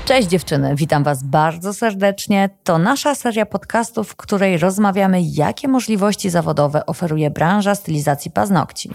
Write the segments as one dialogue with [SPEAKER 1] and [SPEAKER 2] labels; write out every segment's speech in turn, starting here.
[SPEAKER 1] Cześć dziewczyny, witam Was bardzo serdecznie. To nasza seria podcastów, w której rozmawiamy, jakie możliwości zawodowe oferuje branża stylizacji paznokci.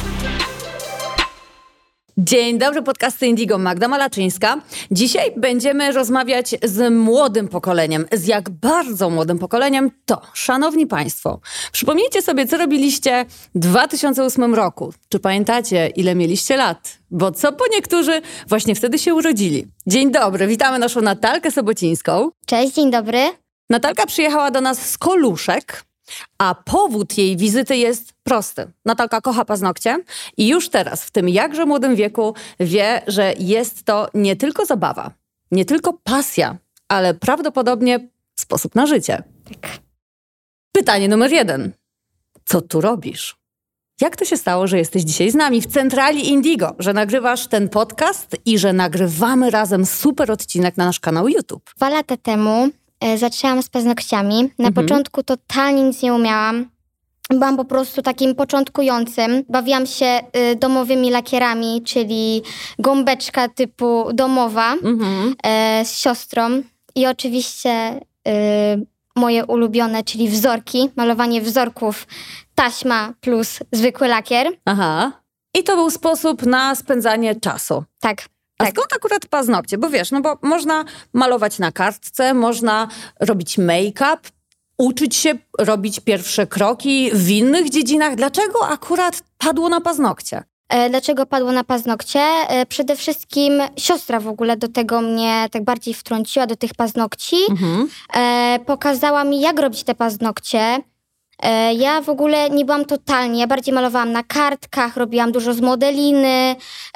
[SPEAKER 1] Dzień dobry, podcasty Indigo, Magda Malaczyńska. Dzisiaj będziemy rozmawiać z młodym pokoleniem. Z jak bardzo młodym pokoleniem to, szanowni Państwo, przypomnijcie sobie, co robiliście w 2008 roku. Czy pamiętacie, ile mieliście lat? Bo co po niektórzy właśnie wtedy się urodzili. Dzień dobry, witamy naszą Natalkę Sobocińską.
[SPEAKER 2] Cześć, dzień dobry.
[SPEAKER 1] Natalka przyjechała do nas z Koluszek, a powód jej wizyty jest prosty. Natalka kocha paznokcie i już teraz, w tym jakże młodym wieku, wie, że jest to nie tylko zabawa, nie tylko pasja, ale prawdopodobnie sposób na życie.
[SPEAKER 2] Tak.
[SPEAKER 1] Pytanie numer 1. Co tu robisz? Jak to się stało, że jesteś dzisiaj z nami w Centrali Indigo, że nagrywasz ten podcast i że nagrywamy razem super odcinek na nasz kanał YouTube?
[SPEAKER 2] 2 lata temu zaczęłam z paznokciami. Na początku totalnie nic nie umiałam. Byłam po prostu takim początkującym. Bawiłam się domowymi lakierami, czyli gąbeczka typu domowa z siostrą. I oczywiście moje ulubione, czyli wzorki, malowanie wzorków, taśma plus zwykły lakier.
[SPEAKER 1] Aha. I to był sposób na spędzanie czasu.
[SPEAKER 2] Tak.
[SPEAKER 1] A skąd akurat paznokcie? Bo wiesz, bo można malować na kartce, można robić make-up, uczyć się robić pierwsze kroki w innych dziedzinach. Dlaczego akurat padło na paznokcie?
[SPEAKER 2] Dlaczego padło na paznokcie? Przede wszystkim siostra w ogóle do tego mnie tak bardziej wtrąciła, do tych paznokci. Pokazała mi, jak robić te paznokcie. Ja w ogóle nie byłam totalnie, ja bardziej malowałam na kartkach, robiłam dużo z modeliny,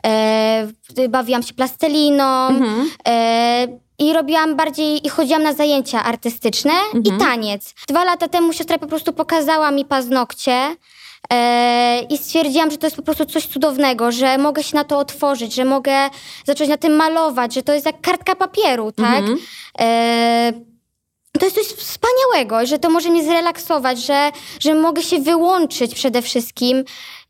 [SPEAKER 2] bawiłam się plasteliną i robiłam bardziej, i chodziłam na zajęcia artystyczne i taniec. 2 lata temu siostra po prostu pokazała mi paznokcie i stwierdziłam, że to jest po prostu coś cudownego, że mogę się na to otworzyć, że mogę zacząć na tym malować, że to jest jak kartka papieru, tak? To jest coś wspaniałego, że to może mnie zrelaksować, że mogę się wyłączyć przede wszystkim.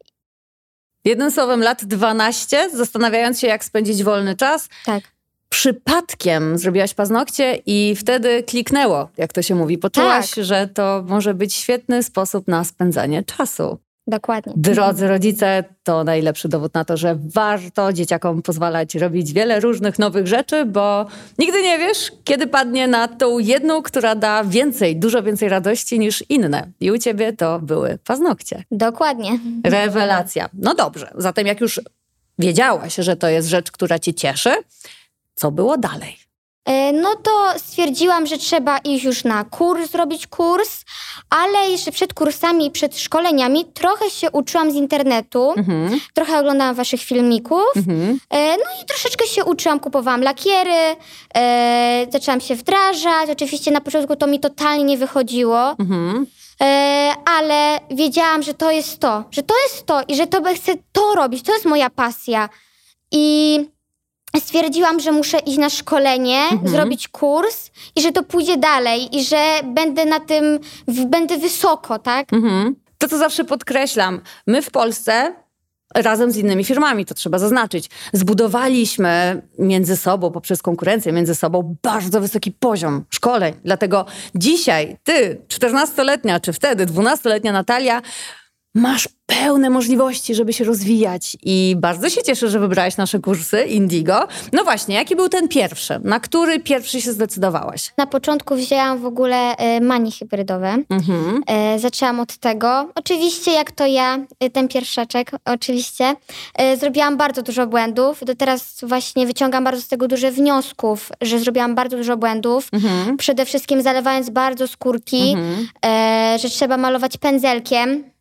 [SPEAKER 1] Jednym słowem, lat 12, zastanawiając się, jak spędzić wolny czas.
[SPEAKER 2] Tak.
[SPEAKER 1] Przypadkiem zrobiłaś paznokcie i wtedy kliknęło, jak to się mówi. Poczułaś, że to może być świetny sposób na spędzanie czasu.
[SPEAKER 2] Dokładnie.
[SPEAKER 1] Drodzy rodzice, to najlepszy dowód na to, że warto dzieciakom pozwalać robić wiele różnych nowych rzeczy, bo nigdy nie wiesz, kiedy padnie na tą jedną, która da więcej, dużo więcej radości niż inne. I u ciebie to były paznokcie.
[SPEAKER 2] Dokładnie.
[SPEAKER 1] Rewelacja. No dobrze, zatem jak już wiedziałaś, że to jest rzecz, która cię cieszy, co było dalej?
[SPEAKER 2] No to stwierdziłam, że trzeba iść już na kurs, zrobić kurs, ale jeszcze przed kursami i przed szkoleniami trochę się uczyłam z internetu, trochę oglądałam waszych filmików, no i troszeczkę się uczyłam, kupowałam lakiery, zaczęłam się wdrażać, oczywiście na początku to mi totalnie nie wychodziło, ale wiedziałam, że to jest to, i że chcę to robić, to jest moja pasja i stwierdziłam, że muszę iść na szkolenie, zrobić kurs i że to pójdzie dalej i że będę na tym, będę wysoko, tak?
[SPEAKER 1] To, co zawsze podkreślam, my w Polsce razem z innymi firmami, to trzeba zaznaczyć, zbudowaliśmy między sobą, poprzez konkurencję między sobą bardzo wysoki poziom szkoleń. Dlatego dzisiaj ty, 14-letnia, czy wtedy 12-letnia Natalia, masz pełne możliwości, żeby się rozwijać i bardzo się cieszę, że wybrałaś nasze kursy Indigo. No właśnie, jaki był ten pierwszy? Na który pierwszy się zdecydowałaś?
[SPEAKER 2] Na początku wzięłam w ogóle mani hybrydowe. Zaczęłam od tego. Oczywiście, jak to ja, ten pierwszaczek, oczywiście. Zrobiłam bardzo dużo błędów. Do teraz właśnie wyciągam bardzo z tego dużo wniosków, że zrobiłam bardzo dużo błędów. Przede wszystkim zalewając bardzo skórki, że trzeba malować pędzelkiem.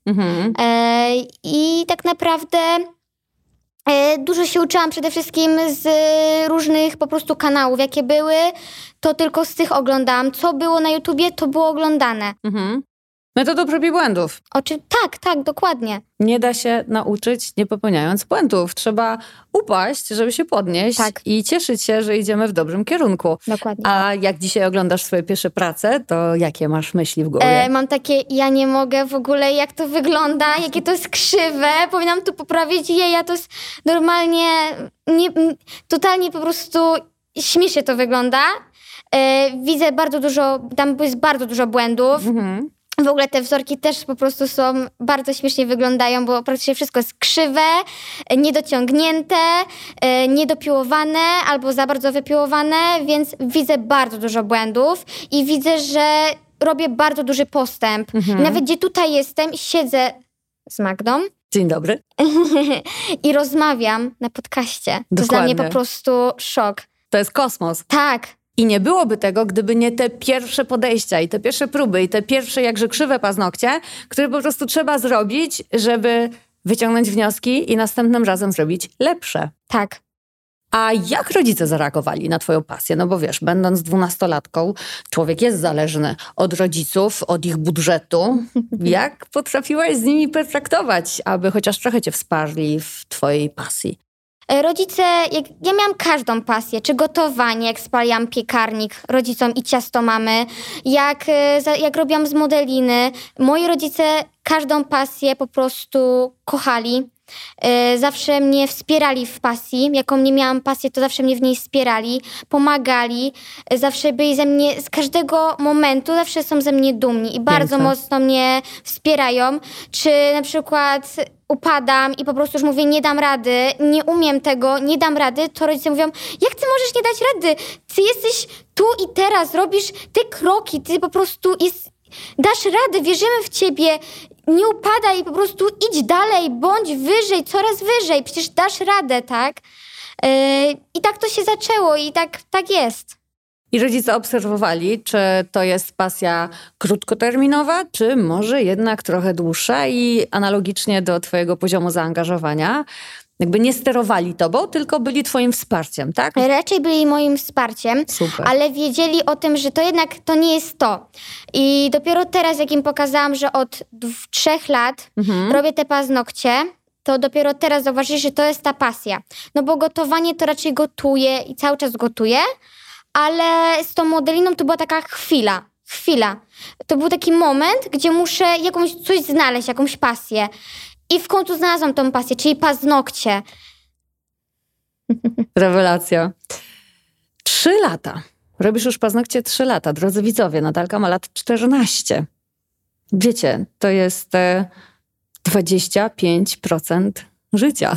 [SPEAKER 2] I tak naprawdę dużo się uczyłam przede wszystkim z różnych po prostu kanałów, jakie były, to tylko z tych oglądałam. Co było na YouTubie, to było oglądane.
[SPEAKER 1] Metodą prób i błędów.
[SPEAKER 2] Tak, dokładnie.
[SPEAKER 1] Nie da się nauczyć, nie popełniając błędów. Trzeba upaść, żeby się podnieść i cieszyć się, że idziemy w dobrym kierunku.
[SPEAKER 2] Dokładnie.
[SPEAKER 1] A jak dzisiaj oglądasz swoje pierwsze prace, to jakie masz myśli w głowie?
[SPEAKER 2] Mam takie, ja nie mogę w ogóle, jak to wygląda, jakie to jest krzywe, powinnam to poprawić. Ja to jest normalnie, totalnie po prostu śmiesznie to wygląda. Widzę tam jest bardzo dużo błędów. W ogóle te wzorki też po prostu bardzo śmiesznie wyglądają, bo praktycznie wszystko jest krzywe, niedociągnięte, niedopiłowane albo za bardzo wypiłowane, więc widzę bardzo dużo błędów i widzę, że robię bardzo duży postęp. Nawet gdzie tutaj jestem, siedzę z Magdą.
[SPEAKER 1] Dzień dobry.
[SPEAKER 2] I rozmawiam na podcaście. To jest dla mnie po prostu szok.
[SPEAKER 1] To jest kosmos.
[SPEAKER 2] Tak.
[SPEAKER 1] I nie byłoby tego, gdyby nie te pierwsze podejścia i te pierwsze próby i te pierwsze jakże krzywe paznokcie, które po prostu trzeba zrobić, żeby wyciągnąć wnioski i następnym razem zrobić lepsze.
[SPEAKER 2] Tak.
[SPEAKER 1] A jak rodzice zareagowali na twoją pasję? No bo wiesz, będąc 12-latką, człowiek jest zależny od rodziców, od ich budżetu. Jak potrafiłaś z nimi pertraktować, aby chociaż trochę cię wsparli w twojej pasji?
[SPEAKER 2] Rodzice, ja miałam każdą pasję, czy gotowanie, jak spaliłam piekarnik rodzicom i ciasto mamy, jak robiłam z modeliny. Moi rodzice każdą pasję po prostu kochali. Zawsze mnie wspierali w pasji. Jaką nie miałam pasję, to zawsze mnie w niej wspierali, pomagali. Zawsze byli ze mnie, z każdego momentu zawsze są ze mnie dumni i bardzo mocno mnie wspierają. Czy na przykład upadam i po prostu już mówię, nie dam rady, nie umiem tego, nie dam rady, to rodzice mówią, jak ty możesz nie dać rady? Ty jesteś tu i teraz, robisz te kroki, ty po prostu dasz radę, wierzymy w ciebie, nie upadaj, po prostu idź dalej, bądź wyżej, coraz wyżej, przecież dasz radę, tak? I tak to się zaczęło i tak jest.
[SPEAKER 1] I rodzice obserwowali, czy to jest pasja krótkoterminowa, czy może jednak trochę dłuższa i analogicznie do twojego poziomu zaangażowania jakby nie sterowali tobą, tylko byli twoim wsparciem, tak?
[SPEAKER 2] Raczej byli moim wsparciem,
[SPEAKER 1] Super.
[SPEAKER 2] Ale wiedzieli o tym, że to jednak to nie jest to. I dopiero teraz, jak im pokazałam, że od 3 lat robię te paznokcie, to dopiero teraz zauważyli, że to jest ta pasja. No bo gotowanie to raczej gotuję i cały czas gotuję, ale z tą modeliną to była taka chwila. To był taki moment, gdzie muszę coś znaleźć, jakąś pasję. I w końcu znalazłam tą pasję, czyli paznokcie.
[SPEAKER 1] Rewelacja. 3 lata. Robisz już paznokcie 3 lata. Drodzy widzowie, Natalka ma lat 14. Wiecie, to jest 25% życia.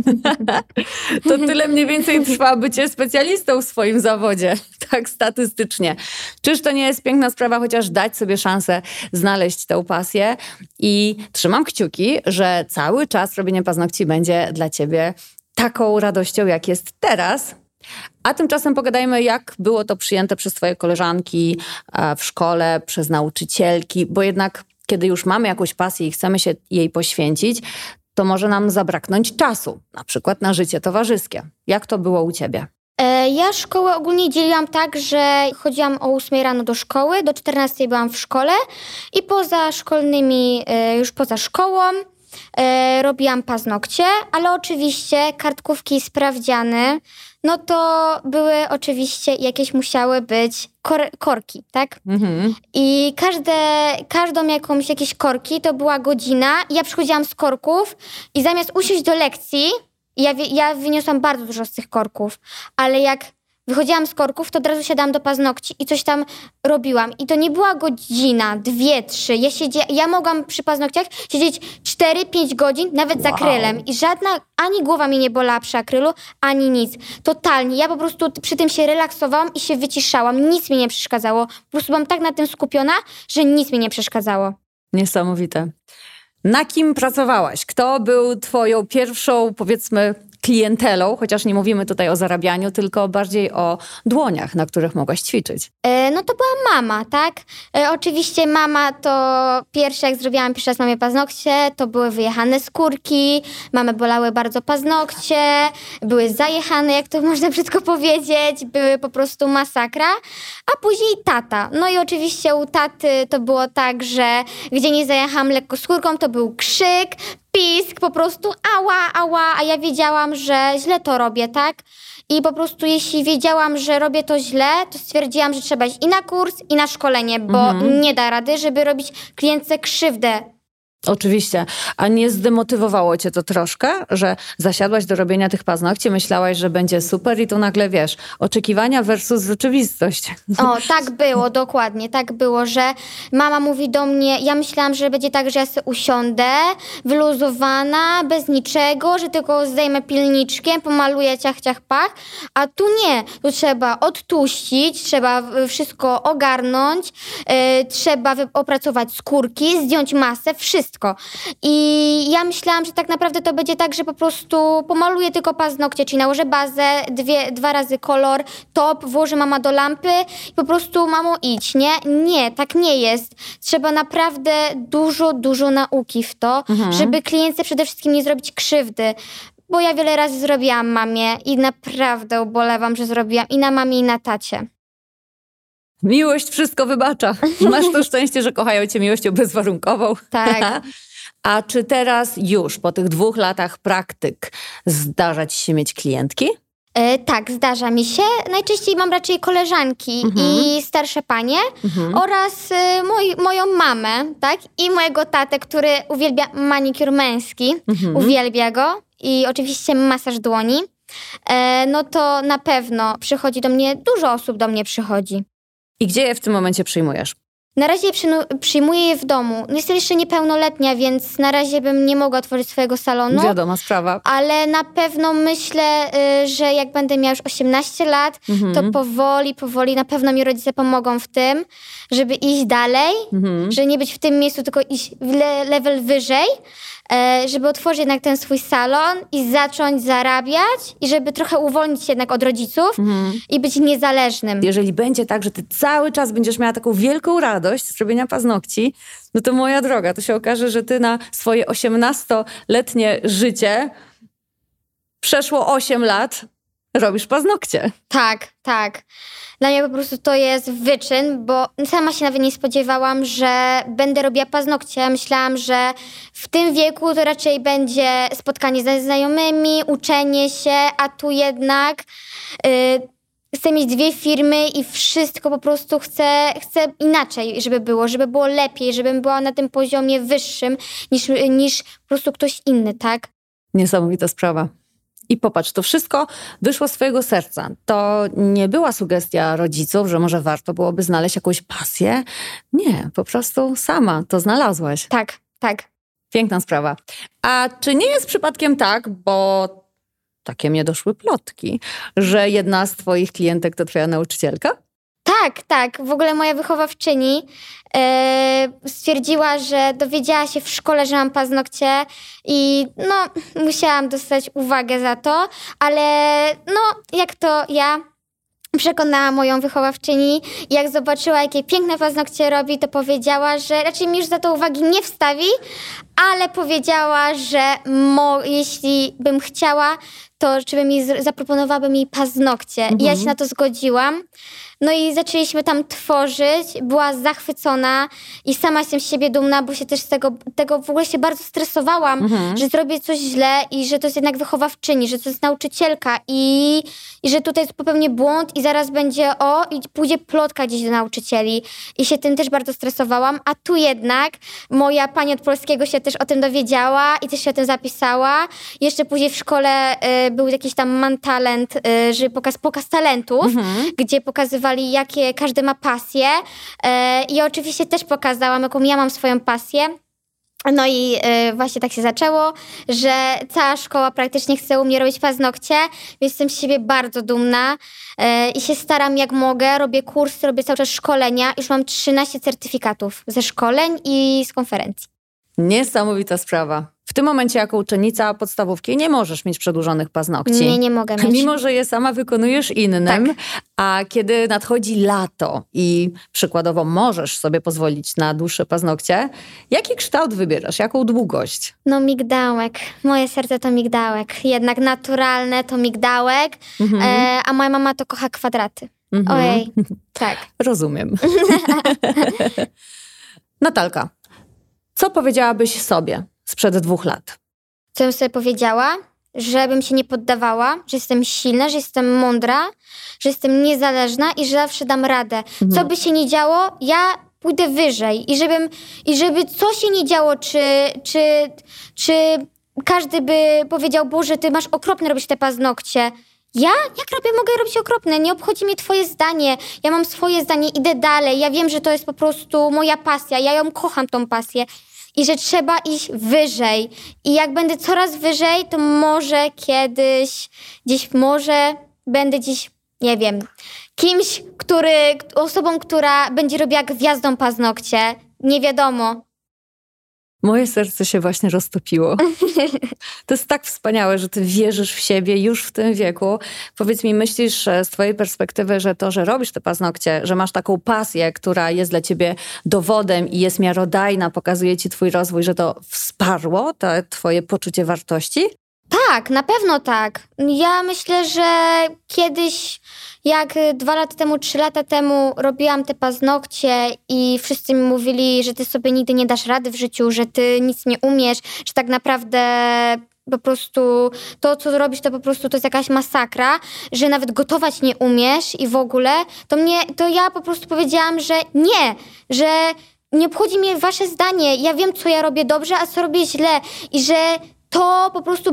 [SPEAKER 1] To tyle mniej więcej trwa bycie specjalistą w swoim zawodzie, tak statystycznie. Czyż to nie jest piękna sprawa, chociaż dać sobie szansę znaleźć tę pasję i trzymam kciuki, że cały czas robienie paznokci będzie dla ciebie taką radością, jak jest teraz. A tymczasem pogadajmy, jak było to przyjęte przez twoje koleżanki w szkole, przez nauczycielki, bo jednak kiedy już mamy jakąś pasję i chcemy się jej poświęcić, to może nam zabraknąć czasu, na przykład na życie towarzyskie. Jak to było u ciebie?
[SPEAKER 2] Ja szkołę ogólnie dzieliłam tak, że chodziłam o 8 rano do szkoły, do 14 byłam w szkole i już poza szkołą robiłam paznokcie, ale oczywiście kartkówki, sprawdziany, no to były oczywiście musiały być korki, tak? I każdą jakieś korki to była godzina i ja przychodziłam z korków i zamiast usiąść do lekcji, ja wyniosłam bardzo dużo z tych korków, ale jak wychodziłam z korków, to od razu siadałam do paznokci i coś tam robiłam. I to nie była godzina, 2, 3. Ja mogłam przy paznokciach siedzieć 4-5 godzin, nawet z akrylem. I ani głowa mi nie bolała przy akrylu, ani nic. Totalnie. Ja po prostu przy tym się relaksowałam i się wyciszałam. Nic mi nie przeszkadzało. Po prostu byłam tak na tym skupiona, że nic mi nie przeszkadzało.
[SPEAKER 1] Niesamowite. Na kim pracowałaś? Kto był twoją pierwszą, powiedzmy, klientelą, chociaż nie mówimy tutaj o zarabianiu, tylko bardziej o dłoniach, na których mogłaś ćwiczyć?
[SPEAKER 2] No to była mama, tak? Oczywiście mama to jak zrobiłam pierwszy raz mamie paznokcie, to były wyjechane skórki, mamy bolały bardzo paznokcie, były zajechane, jak to można brzydko powiedzieć, były po prostu masakra, a później tata. No i oczywiście u taty to było tak, że gdzie nie zajechałam lekko skórką, to był krzyk, pisk, po prostu ała, a ja wiedziałam, że źle to robię, tak? I po prostu jeśli wiedziałam, że robię to źle, to stwierdziłam, że trzeba iść i na kurs, i na szkolenie, bo nie da rady, żeby robić klientce krzywdę.
[SPEAKER 1] Oczywiście. A nie zdemotywowało cię to troszkę, że zasiadłaś do robienia tych paznokci, myślałaś, że będzie super i tu nagle wiesz, oczekiwania versus rzeczywistość.
[SPEAKER 2] O, tak było, dokładnie. Tak było, że mama mówi do mnie, ja myślałam, że będzie tak, że ja sobie usiądę, wyluzowana, bez niczego, że tylko zdejmę pilniczkiem, pomaluję ciach, ciach, pach, a tu nie. Tu trzeba odtłuścić, trzeba wszystko ogarnąć, trzeba opracować skórki, zdjąć masę, wszystko. I ja myślałam, że tak naprawdę to będzie tak, że po prostu pomaluję tylko paznokcie, czyli nałożę bazę, 2 razy kolor, top, włożę mama do lampy i po prostu mamo idź, nie? Nie, tak nie jest. Trzeba naprawdę dużo nauki w to, żeby klientce przede wszystkim nie zrobić krzywdy. Bo ja wiele razy zrobiłam mamie i naprawdę ubolewam, że zrobiłam i na mamie, i na tacie.
[SPEAKER 1] Miłość wszystko wybacza. Masz to szczęście, że kochają cię miłością bezwarunkową.
[SPEAKER 2] Tak.
[SPEAKER 1] A czy teraz już, po tych 2 latach praktyk, zdarza ci się mieć klientki?
[SPEAKER 2] Tak, zdarza mi się. Najczęściej mam raczej koleżanki i starsze panie oraz moją mamę, tak? I mojego tatę, który uwielbia manikur męski. Uwielbia go. I oczywiście masaż dłoni. No to na pewno przychodzi do mnie, dużo osób do mnie przychodzi.
[SPEAKER 1] I gdzie je w tym momencie przyjmujesz?
[SPEAKER 2] Na razie przyjmuję je w domu. Jestem jeszcze niepełnoletnia, więc na razie bym nie mogła otworzyć swojego salonu.
[SPEAKER 1] Wiadoma sprawa.
[SPEAKER 2] Ale na pewno myślę, że jak będę miała już 18 lat, to powoli na pewno mi rodzice pomogą w tym, żeby iść dalej, żeby nie być w tym miejscu, tylko iść level wyżej, żeby otworzyć jednak ten swój salon i zacząć zarabiać i żeby trochę uwolnić się jednak od rodziców i być niezależnym.
[SPEAKER 1] Jeżeli będzie tak, że ty cały czas będziesz miała taką wielką radość z robienia paznokci, no to moja droga, to się okaże, że ty na swoje 18-letnie życie przeszło 8 lat robisz paznokcie.
[SPEAKER 2] Tak. Dla mnie po prostu to jest wyczyn, bo sama się nawet nie spodziewałam, że będę robiła paznokcie. Myślałam, że w tym wieku to raczej będzie spotkanie ze znajomymi, uczenie się, a tu jednak chcę mieć 2 firmy i wszystko po prostu chcę inaczej, żeby było lepiej, żebym była na tym poziomie wyższym niż po prostu ktoś inny, tak?
[SPEAKER 1] Niesamowita sprawa. I popatrz, to wszystko wyszło z twojego serca. To nie była sugestia rodziców, że może warto byłoby znaleźć jakąś pasję. Nie, po prostu sama to znalazłaś.
[SPEAKER 2] Tak.
[SPEAKER 1] Piękna sprawa. A czy nie jest przypadkiem tak, bo takie mnie doszły plotki, że jedna z twoich klientek to twoja nauczycielka?
[SPEAKER 2] Tak. W ogóle moja wychowawczyni stwierdziła, że dowiedziała się w szkole, że mam paznokcie i musiałam dostać uwagę za to, ale jak to ja przekonała moją wychowawczyni, jak zobaczyła, jakie piękne paznokcie robi, to powiedziała, że raczej mi już za to uwagi nie wstawi, ale powiedziała, że jeśli bym chciała, to zaproponowałabym jej paznokcie. I ja się na to zgodziłam. No i zaczęliśmy tam tworzyć, była zachwycona i sama jestem z siebie dumna, bo się też z tego w ogóle się bardzo stresowałam, że zrobię coś źle i że to jest jednak wychowawczyni, że to jest nauczycielka i że tutaj popełnię błąd i zaraz będzie i pójdzie plotka gdzieś do nauczycieli. I się tym też bardzo stresowałam, a tu jednak moja pani od polskiego się też o tym dowiedziała i też się o tym zapisała. Jeszcze później w szkole był jakiś tam Man Talent, że pokaz talentów, gdzie pokazywali, jakie każdy ma pasje. I oczywiście też pokazałam, jaką ja mam swoją pasję. No i właśnie tak się zaczęło, że cała szkoła praktycznie chce u mnie robić paznokcie, więc jestem z siebie bardzo dumna i się staram jak mogę, robię kursy, robię cały czas szkolenia. Już mam 13 certyfikatów ze szkoleń i z konferencji.
[SPEAKER 1] Niesamowita sprawa. W tym momencie jako uczennica podstawówki nie możesz mieć przedłużonych paznokci.
[SPEAKER 2] Nie mogę mieć.
[SPEAKER 1] Mimo, że je sama wykonujesz innym. Tak. A kiedy nadchodzi lato i przykładowo możesz sobie pozwolić na dłuższe paznokcie, jaki kształt wybierasz? Jaką długość?
[SPEAKER 2] Migdałek. Moje serce to migdałek. Jednak naturalne to migdałek, a moja mama to kocha kwadraty. Ojej, tak.
[SPEAKER 1] Rozumiem. Natalka, co powiedziałabyś sobie sprzed 2 lat?
[SPEAKER 2] Co bym sobie powiedziała? Żebym się nie poddawała, że jestem silna, że jestem mądra, że jestem niezależna i że zawsze dam radę. Co by się nie działo, ja pójdę wyżej i żeby co się nie działo, czy każdy by powiedział, Boże, ty masz okropne robić te paznokcie. Ja? Jak mogę robić okropne? Nie obchodzi mnie twoje zdanie. Ja mam swoje zdanie, idę dalej. Ja wiem, że to jest po prostu moja pasja. Ja ją kocham, tą pasję. I że trzeba iść wyżej. I jak będę coraz wyżej, to może kiedyś, będę gdzieś, nie wiem, osobą, która będzie robiła gwiazdą paznokcie. Nie wiadomo.
[SPEAKER 1] Moje serce się właśnie roztopiło. To jest tak wspaniałe, że ty wierzysz w siebie już w tym wieku. Powiedz mi, myślisz z twojej perspektywy, że to, że robisz te paznokcie, że masz taką pasję, która jest dla ciebie dowodem i jest miarodajna, pokazuje ci twój rozwój, że to wsparło to twoje poczucie wartości?
[SPEAKER 2] Tak, na pewno tak. Ja myślę, że kiedyś, jak 2 lata temu, 3 lata temu robiłam te paznokcie i wszyscy mi mówili, że ty sobie nigdy nie dasz rady w życiu, że ty nic nie umiesz, że tak naprawdę po prostu to, co robisz, to po prostu to jest jakaś masakra, że nawet gotować nie umiesz i w ogóle, to ja po prostu powiedziałam, że nie obchodzi mnie wasze zdanie. Ja wiem, co ja robię dobrze, a co robię źle i że to po prostu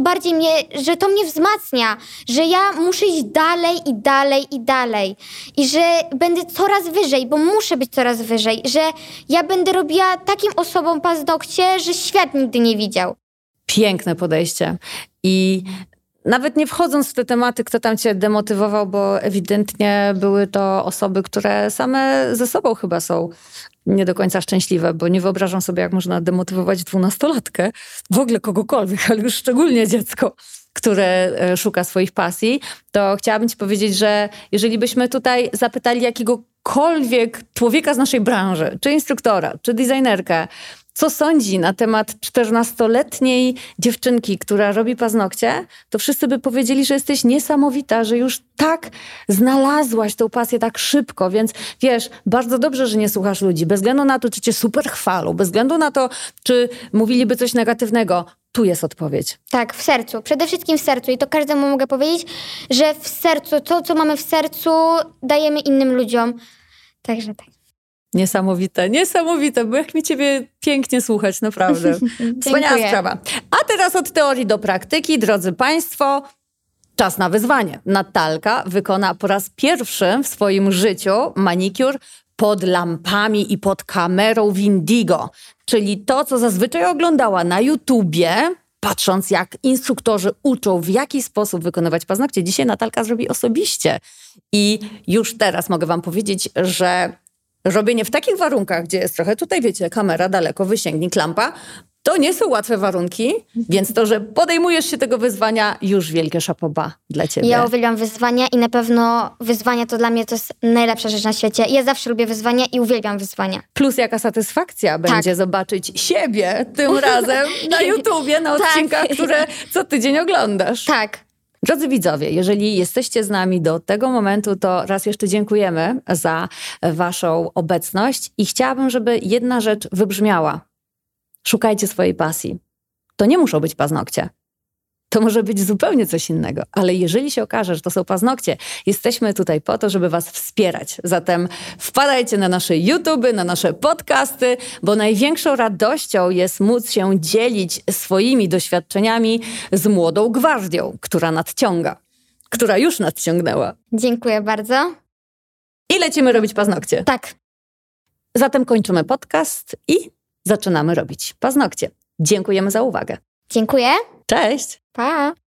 [SPEAKER 2] że to mnie wzmacnia, że ja muszę iść dalej i dalej i dalej i że będę coraz wyżej, bo muszę być coraz wyżej, że ja będę robiła takim osobom paznokcie, że świat nigdy nie widział.
[SPEAKER 1] Piękne podejście. I nawet nie wchodząc w te tematy, kto tam cię demotywował, bo ewidentnie były to osoby, które same ze sobą chyba są nie do końca szczęśliwe, bo nie wyobrażam sobie, jak można demotywować 12-latkę, w ogóle kogokolwiek, ale już szczególnie dziecko, które szuka swoich pasji, to chciałabym ci powiedzieć, że jeżeli byśmy tutaj zapytali jakiegokolwiek człowieka z naszej branży, czy instruktora, czy designerkę, co sądzi na temat 14-letniej dziewczynki, która robi paznokcie, to wszyscy by powiedzieli, że jesteś niesamowita, że już tak znalazłaś tą pasję tak szybko, więc wiesz, bardzo dobrze, że nie słuchasz ludzi, bez względu na to, czy cię super chwalą, bez względu na to, czy mówiliby coś negatywnego. Tu jest odpowiedź.
[SPEAKER 2] Tak, w sercu. Przede wszystkim w sercu. I to każdemu mogę powiedzieć, że w sercu, to co mamy w sercu, dajemy innym ludziom. Także tak.
[SPEAKER 1] Niesamowite, bo jak mi ciebie pięknie słuchać, naprawdę. Wspaniała sprawa. A teraz od teorii do praktyki, drodzy państwo, czas na wyzwanie. Natalka wykona po raz pierwszy w swoim życiu manikur pod lampami i pod kamerą w Indigo, czyli to, co zazwyczaj oglądała na YouTubie, patrząc jak instruktorzy uczą, w jaki sposób wykonywać paznokcie. Dzisiaj Natalka zrobi osobiście. I już teraz mogę wam powiedzieć, że robienie w takich warunkach, gdzie jest trochę tutaj, wiecie, kamera, daleko, wysięgnik, lampa, to nie są łatwe warunki, więc to, że podejmujesz się tego wyzwania, już wielkie szapoba dla ciebie.
[SPEAKER 2] Ja uwielbiam wyzwania i na pewno wyzwania to dla mnie to jest najlepsza rzecz na świecie. Ja zawsze lubię wyzwania i uwielbiam wyzwania.
[SPEAKER 1] Plus jaka satysfakcja będzie zobaczyć siebie tym razem na YouTubie, na odcinkach, które co tydzień oglądasz.
[SPEAKER 2] Tak.
[SPEAKER 1] Drodzy widzowie, jeżeli jesteście z nami do tego momentu, to raz jeszcze dziękujemy za waszą obecność i chciałabym, żeby jedna rzecz wybrzmiała. Szukajcie swojej pasji. To nie muszą być paznokcie. To może być zupełnie coś innego. Ale jeżeli się okaże, że to są paznokcie, jesteśmy tutaj po to, żeby was wspierać. Zatem wpadajcie na nasze YouTube'y, na nasze podcasty, bo największą radością jest móc się dzielić swoimi doświadczeniami z młodą gwardią, która nadciąga. Która już nadciągnęła.
[SPEAKER 2] Dziękuję bardzo.
[SPEAKER 1] I lecimy robić paznokcie.
[SPEAKER 2] Tak.
[SPEAKER 1] Zatem kończymy podcast i zaczynamy robić paznokcie. Dziękujemy za uwagę.
[SPEAKER 2] Dziękuję.
[SPEAKER 1] Cześć!
[SPEAKER 2] Pa!